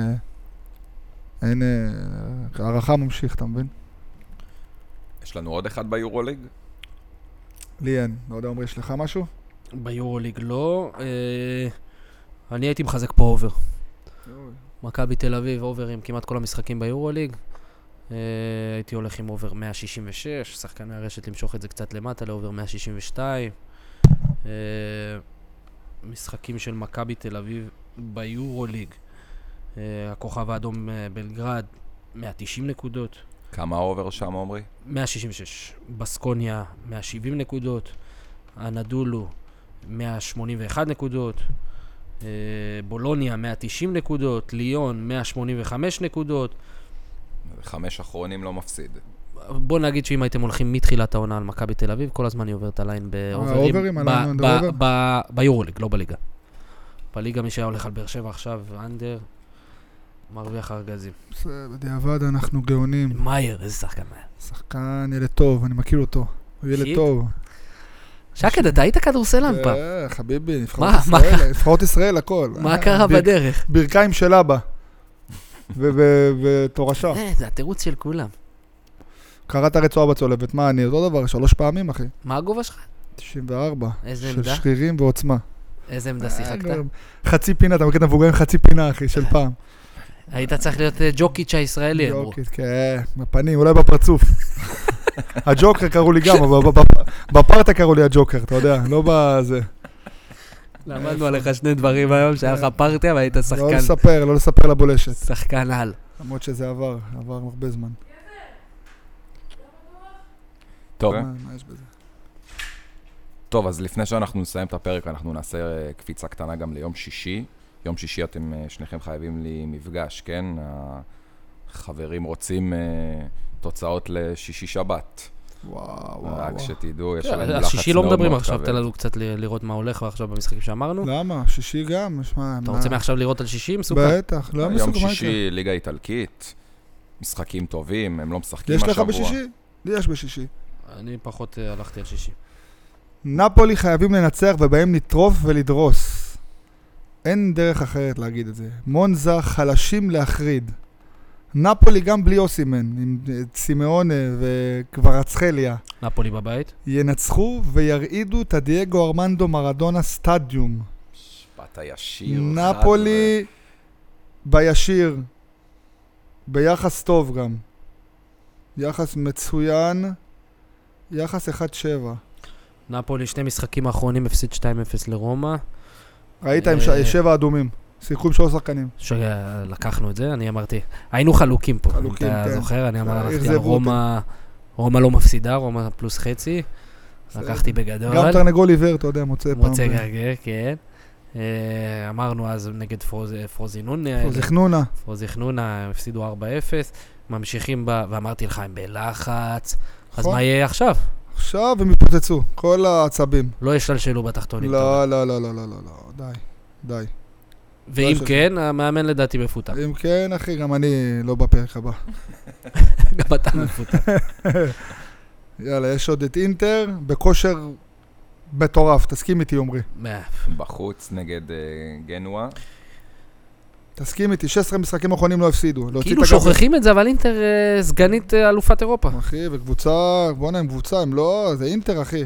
אין, הערכה ממשיך, אתה מבין? יש לנו עוד אחד ביורוליג. לי אין, לא יודע, עומרי, יש לך משהו? ביורוליג לא. אני הייתי מחזק פה אובר. מכבי תל אביב אובר עם כמעט כל המשחקים ביורוליג. הייתי הולך עם אובר 166, שחקני הרשת למשוך את זה קצת למטה לאובר 162. משחקים של מכבי תל אביב ביורוליג. הכוכב האדום בלגרד, 190 נקודות. כמה אובר שם, עומרי? 166. בסקוניה, 170 נקודות. אנדולו, 181 נקודות. בולוניה, 190 נקודות. ליון, 185 נקודות. 5 אחרונים לא מפסיד. בוא נגיד שאם הייתם הולכים מתחילת העונה על מכבי תל אביב, כל הזמן היא עוברת הליין באוברים. ביורוליג, לא בליגה. בליגה מי שהיה הולך על באר שבע עכשיו, אנדר, מרוויח ארגזים. בדיעבד אנחנו גאונים. מאייר, איזה שחקן מאייר. שחקן ילד טוב, אני מכיר אותו. הוא ילד טוב. שקד, אתה היית כדורסלן פעם. חביבי, נבחרות ישראל, הכל. מה קרה בדרך? ברכיים של אבא. ותורשה. זה התירוץ של כולם. קראת רצועה בצולבת, מה אני? אותו דבר, 3 פעמים, אחי. מה הגובה שלך? 94. איזה של עמדה? שרירים ועוצמה. איזה עמדה שיחקת? חצי פינה, אתה מכיר את המבוגרים חצי פינה, אחי, של פעם. היית צריך להיות ג'וקיץ' הישראלי, אמרו. ג'וקיץ', כן, בפנים, אולי בפרצוף. הג'וקר קראו לי גם, אבל בפרטה קראו לי הג'וקר, אתה יודע, לא בזה. למדנו עליך 2 דברים היום, שהיה לך פרטיה והיית שחקן. לא לספר לבולשת. שחקן על. למרות שזה עבר הרבה זמן. טוב. מה יש בזה? טוב, אז לפני שאנחנו נסיים את הפרק, אנחנו נעשה קפיצה קטנה גם ליום שישי. יום שישי אתם שניכם חייבים לי מפגש, כן? החברים רוצים תוצאות לשישי שבת. וואו. רק שתדעו, יש עליהם לחץ מאוד מאוד כבד. השישי לא מדברים עכשיו, תן לנו קצת לראות מה הולך עכשיו במשחקים שאמרנו. למה? שישי גם? אתה רוצה מעכשיו לראות על שישי? מסוכן? בטח, לא יום מסוכן. שישי, ליגה איטלקית, משחקים טובים, הם לא משחקים יש השבוע. לך בשישי? לי יש בשישי. אני פחות הלכתי על שישי. נפולי חייבים לנצח ובהם לטרוף ולדרוס. אין דרך אחרת להגיד את זה. מונזה חלשים להחריד. נפולי גם בלי אוסימן, עם סימאונה וקברצחליה. נפולי בבית? ינצחו וירעידו את הדייגו ארמנדו מרדונה סטדיום. משפט הישיר. נפולי בישיר. ביחס טוב גם. יחס מצוין. יחס 1-7. נפולי 2 משחקים האחרונים הפסיד 2-0 לרומא. ראית עם 7 אדומים. שיחקו עם 3 שחקנים. לקחנו את זה, אני אמרתי, היינו חלוקים פה. חלוקים, אתה כן. זוכר, אני אמרתי על רומא לא מפסידה, רומא פלוס חצי. לקחתי בגדול. גם תרנגול עיוור, אתה יודע, מוצא פעם. מוצא גרגר, כן. אמרנו אז נגד פרוזינונה. פרוזיכנונה, הם הפסידו 4-0. ממשיכים ואמרתי לך, הם בלחץ. אז מה יהיה עכשיו? עכשיו הם יפוצצו, כל העצבים. לא ישלשלו בתחתונים. לא, די. ואם כן, המאמן לדעתי מפותח. אם כן, אחי, גם אני לא בפרק הבא. גם אתה מפותח. יאללה, יש עוד את אינטר, בכושר מטורף, תסכים איתי, עומרי. בחוץ נגד גנואה. תסכים איתי, 16 משחקים האחרונים לא הפסידו. כאילו שוכחים את זה, אבל אינטר סגנית אלופת אירופה. אחי, וקבוצה, בוא'נה, הם קבוצה, הם לא, זה אינטר, אחי.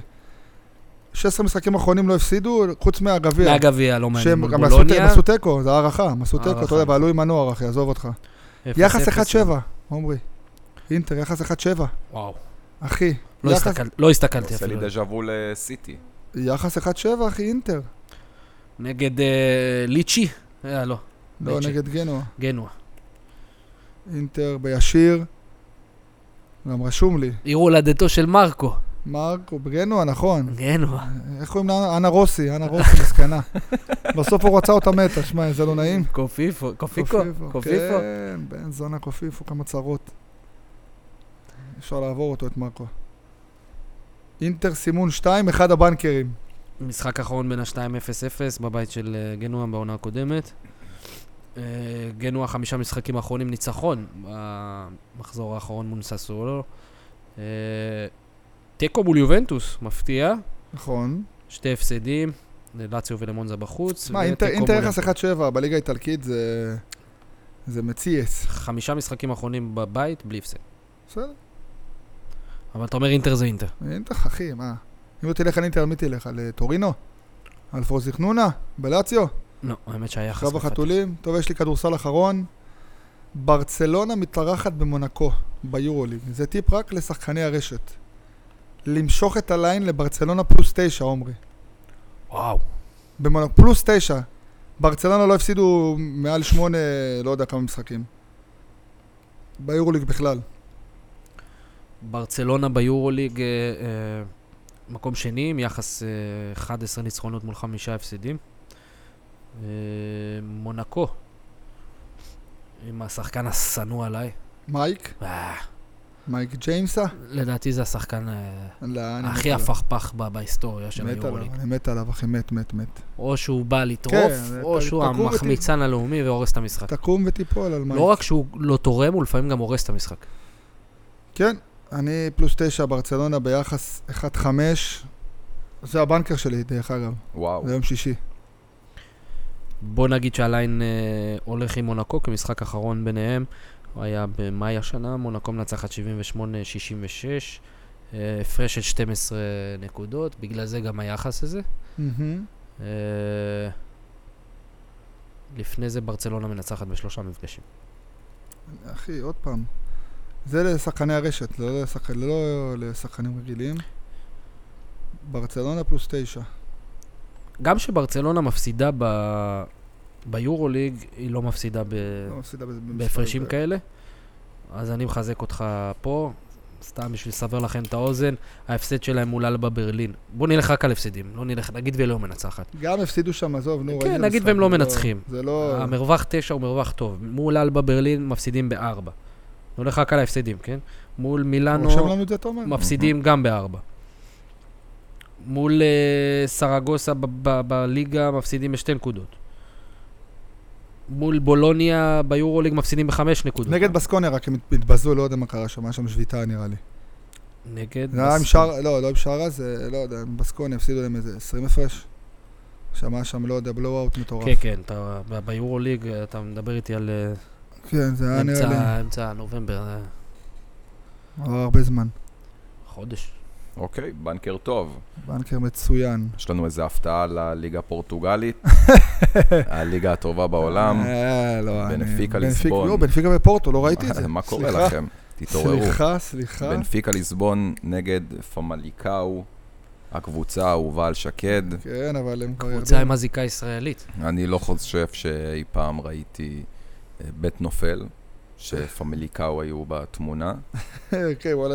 16 משחקים האחרונים לא הפסידו, חוץ מהגביע. מהגביע, לא מעניין מול גם בולוניה. מסוטקו, זה הערכה, מסוטקו, אתה יודע, בעלו עם הנוער, אחי, עזוב אותך. יחס 1-7, עומרי. אינטר, יחס 1-7. וואו. אחי. לא הסתכלתי עושה אפילו. לי דז'אבו לסיטי. יחס 1-7, אחי, אינטר. נגד ליצ'י? לא. לא, נגד גנואה. גנואה. אינטר בישיר. גם רשום לי. עיר הולדתו של מרקו. מרקו, בגנואה, נכון. גנואה. איך קוראים לה? אנה רוסי, מסכנה. בסוף הוא רצה אותה מתה, שמע, זה לא נעים. קופיפו. כן, בן זונה קופיפו, כמה צרות. אפשר לעבור אותו, את מרקו. אינטר סימון 2, אחד הבנקרים. משחק אחרון בין ה-2-0-0 בבית של גנואה בעונה הקודמת. גנואה 5 משחקים האחרונים ניצחון במחזור האחרון מול סאסולו. טקו מול יובנטוס, מפתיע. נכון. 2 הפסדים, ללאציו ולמונזה בחוץ. מה, אינטר יחס 1-7, בליגה האיטלקית זה מציאס. 5 משחקים האחרונים בבית, בלי הפסד. בסדר. אבל אתה אומר אינטר זה אינטר. אינטר, אחי, מה? אם לא תלך על אינטר, על מי תלך? על טורינו? על פרוזיכנונה? בלאציו? לא, האמת שהיה חרב החתולים. טוב, יש לי כדורסל אחרון. ברצלונה מתארחת במונקו, ביורוליג. זה טיפ רק לשחקני הרשת. למשוך את הליין לברצלונה פלוס 9, עומרי. וואו. במונקו פלוס 9. ברצלונה לא הפסידו מעל 8, לא יודע כמה משחקים. ביורוליג בכלל. ברצלונה ביורוליג מקום שני, עם יחס 11 ניצחונות מול 5 הפסדים. מונקו, עם השחקן הסנוע עליי. מייק? מייק ג'יימסה? לדעתי זה השחקן הכי הכי הפכפך בהיסטוריה של היורוליג. אני מת עליו, אחי, מת. או שהוא בא לטרוף, או שהוא המחמיצן הלאומי והורס את המשחק. תקום ותיפול על מייק. לא רק שהוא לא תורם, הוא לפעמים גם הורס את המשחק. כן, אני פלוס 9 ברצלונה ביחס 1-5. זה הבנקר שלי, דרך אגב. וואו. זה יום שישי. בוא נגיד שהליין הולך עם מונקו כמשחק אחרון ביניהם. הוא היה במאי השנה, מונקו מנצחת 78-66, הפרש של 12 נקודות, בגלל זה גם היחס הזה. לפני זה ברצלונה מנצחת ב3 מפגשים. אחי, עוד פעם. זה לשחקני הרשת, לא לשחקנים רגילים. ברצלונה פלוס 9. גם שברצלונה מפסידה ביורוליג, היא לא מפסידה בהפרשים כאלה. אז אני מחזק אותך פה, סתם בשביל לסבר לכם את האוזן, ההפסד שלהם מול אלבה ברלין. בוא נלך רק על הפסדים, לא נלך, נגיד ולא מנצחת. גם הפסידו שם, עזוב, נו. כן, נגיד והם לא מנצחים. זה לא... המרווח 9 הוא מרווח טוב. מול אלבה ברלין מפסידים ב4. נולך רק על ההפסדים, כן? מול מילאנו מפסידים גם ב4. מול סרגוסה בליגה מפסידים ב2 נקודות. מול בולוניה ביורוליג מפסידים ב5 נקודות. נגד בסקוניה רק הם התבזו, לא יודע מה קרה שם, היה שם שביתה נראה לי. נגד בסקוניה? לא עם שרה, זה לא יודע, בסקוניה הפסידו להם איזה 20 הפרש. שם לא יודע, בלואו-אוט מטורף. כן, ביורוליג אתה מדבר איתי על... כן, זה היה נראה לי. אמצע נובמבר. הרבה זמן. חודש. אוקיי, בנקר טוב. בנקר מצוין. יש לנו איזו הפתעה לליגה הפורטוגלית. הליגה הטובה בעולם. לא, בנפיקה ליסבון. לא, בנפיקה בפורטו, לא ראיתי את זה. מה קורה לכם? תתעוררו. סליחה. בנפיקה ליסבון נגד פמליקאו, הקבוצה האהובה על שקד. כן, אבל הם כבר ירדו. קבוצה עם הזיקה ישראלית. אני לא חושב שאי פעם ראיתי בית נופל, שפמליקאו היו בתמונה. כן, וואלה,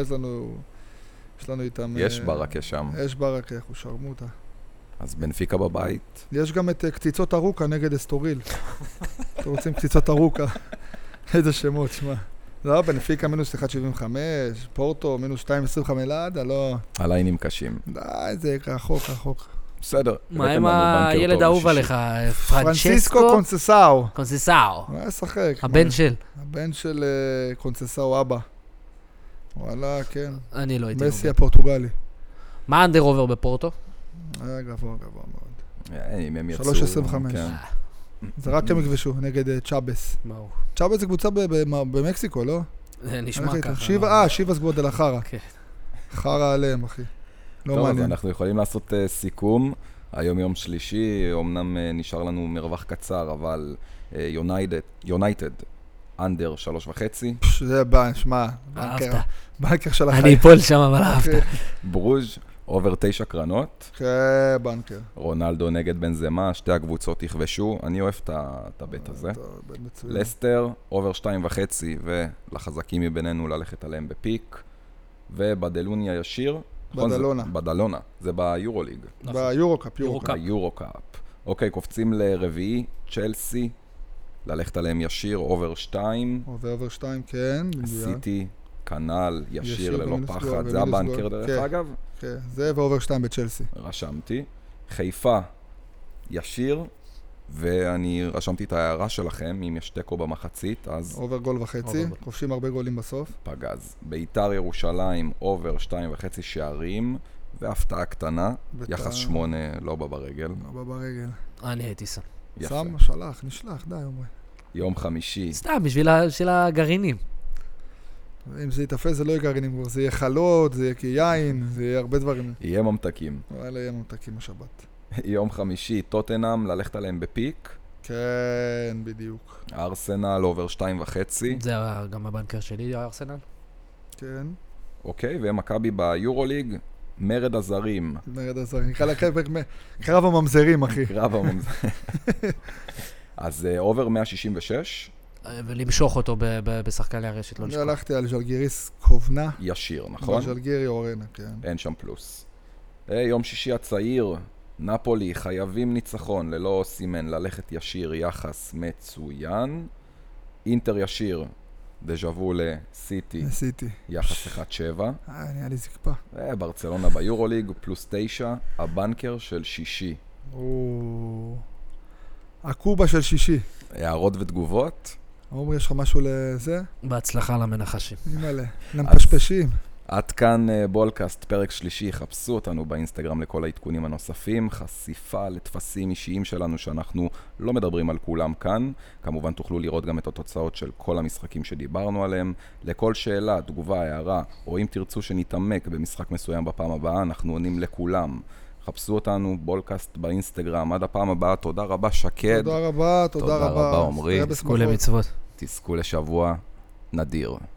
יש לנו איתם... יש ברקה שם. יש ברקה, הוא שרמו אותה. אז בנפיקה בבית. יש גם את קציצות ארוקה נגד אסטוריל. אתם רוצים קציצות ארוקה. איזה שמות, שמע. לא, בנפיקה מינוס 1.75, פורטו מינוס 2.25, לא. הליינים קשים. די, זה רחוק. בסדר. מה עם הילד האהוב עליך? פרנסיסקו קונססאו. קונססאו. הוא היה שחק. הבן של קונססאו אבא. וואלה, כן. אני לא הייתי מסי הפורטוגלי. מה אנדר עובר בפורטו? היה גבוה מאוד. אם הם יצאו... 3.25. זה רק הם יגבשו, נגד צ'אבס. צ'אבס זה קבוצה במקסיקו, לא? זה נשמע ככה. שיבאס גודל החרה. חרה עליהם, אחי. לא מעניין. טוב, אנחנו יכולים לעשות סיכום. היום יום שלישי, אמנם נשאר לנו מרווח קצר, אבל יונייטד, אנדר 3.5. זה שמע, בנקר של החיים. אני אפול שם, אבל אהבת. ברוז' אובר 9 קרנות. כן, בנקר. רונלדו נגד בנזמה, שתי הקבוצות יכבשו. אני אוהב את הבית הזה. לסטר, אובר 2.5, ולחזקים מבינינו ללכת עליהם בפיק. ובדלוניה ישיר. בדלונה. זה ביורוליג. ביורוקאפ. ביורוקאפ. אוקיי, קופצים לרביעי, צ'לסי. ללכת עליהם ישיר, אובר 2. אובר 2, כן. סיטי, כנל, ישיר ללא פחד. זה הבנקר דרך אגב. כן, זה ואובר 2 בצ'לסי. רשמתי. חיפה, ישיר, ואני רשמתי את ההערה שלכם, אם יש תיקו במחצית, אז... אובר גול וחצי, כובשים הרבה גולים בסוף. פגז. ביתר ירושלים, אובר 2.5 שערים, והפתעה קטנה, יחס 8 לא בא ברגל. לא בא ברגל. אני הייתי שם. שם, נשלח, די, אומרי. יום חמישי. סתם, בשביל הגרעינים. אם זה יתאפס זה לא יהיה גרעינים, זה יהיה חלות, זה יהיה כיין, זה יהיה הרבה דברים. יהיה ממתקים. וואלה, יהיה ממתקים השבת. יום חמישי, טוטנאם, ללכת עליהם בפיק. כן, בדיוק. ארסנל אובר 2.5. זה גם הבנקר שלי, ארסנל. כן. אוקיי, ומכבי ביורוליג, מרד הזרים. מרד הזרים. קרב הממזרים, אחי. קרב הממזרים. אז אובר 166. ולמשוך אותו בשחקני הרשת, לא אני לשכוח. הלכתי על ז'לגיריס קובנה. ישיר, נכון? ז'לגירי אורנה, כן. אין שם פלוס. יום שישי הצעיר, נפולי, חייבים ניצחון, ללא סימן, ללכת ישיר, יחס מצוין. אינטר ישיר, דז'אבו לסיטי, סיטי. יחס 1.7. נהיה לי זקפה. ברצלונה ביורוליג, פלוס 9, הבנקר של שישי. הקובה של שישי. הערות ותגובות? עומרי, יש לך משהו לזה? בהצלחה למנחשים. מלא. למפשפשים. עד כאן בולקאסט, פרק שלישי, חפשו אותנו באינסטגרם לכל העדכונים הנוספים, חשיפה לתפסים אישיים שלנו שאנחנו לא מדברים על כולם כאן, כמובן תוכלו לראות גם את התוצאות של כל המשחקים שדיברנו עליהם, לכל שאלה, תגובה, הערה, או אם תרצו שנתעמק במשחק מסוים בפעם הבאה, אנחנו עונים לכולם. חפשו אותנו, בולקאסט באינסטגרם, עד הפעם הבאה, תודה רבה שקד. תודה רבה, תודה רבה. עומרי. תזכו למצוות. תזכו לשבוע נדיר.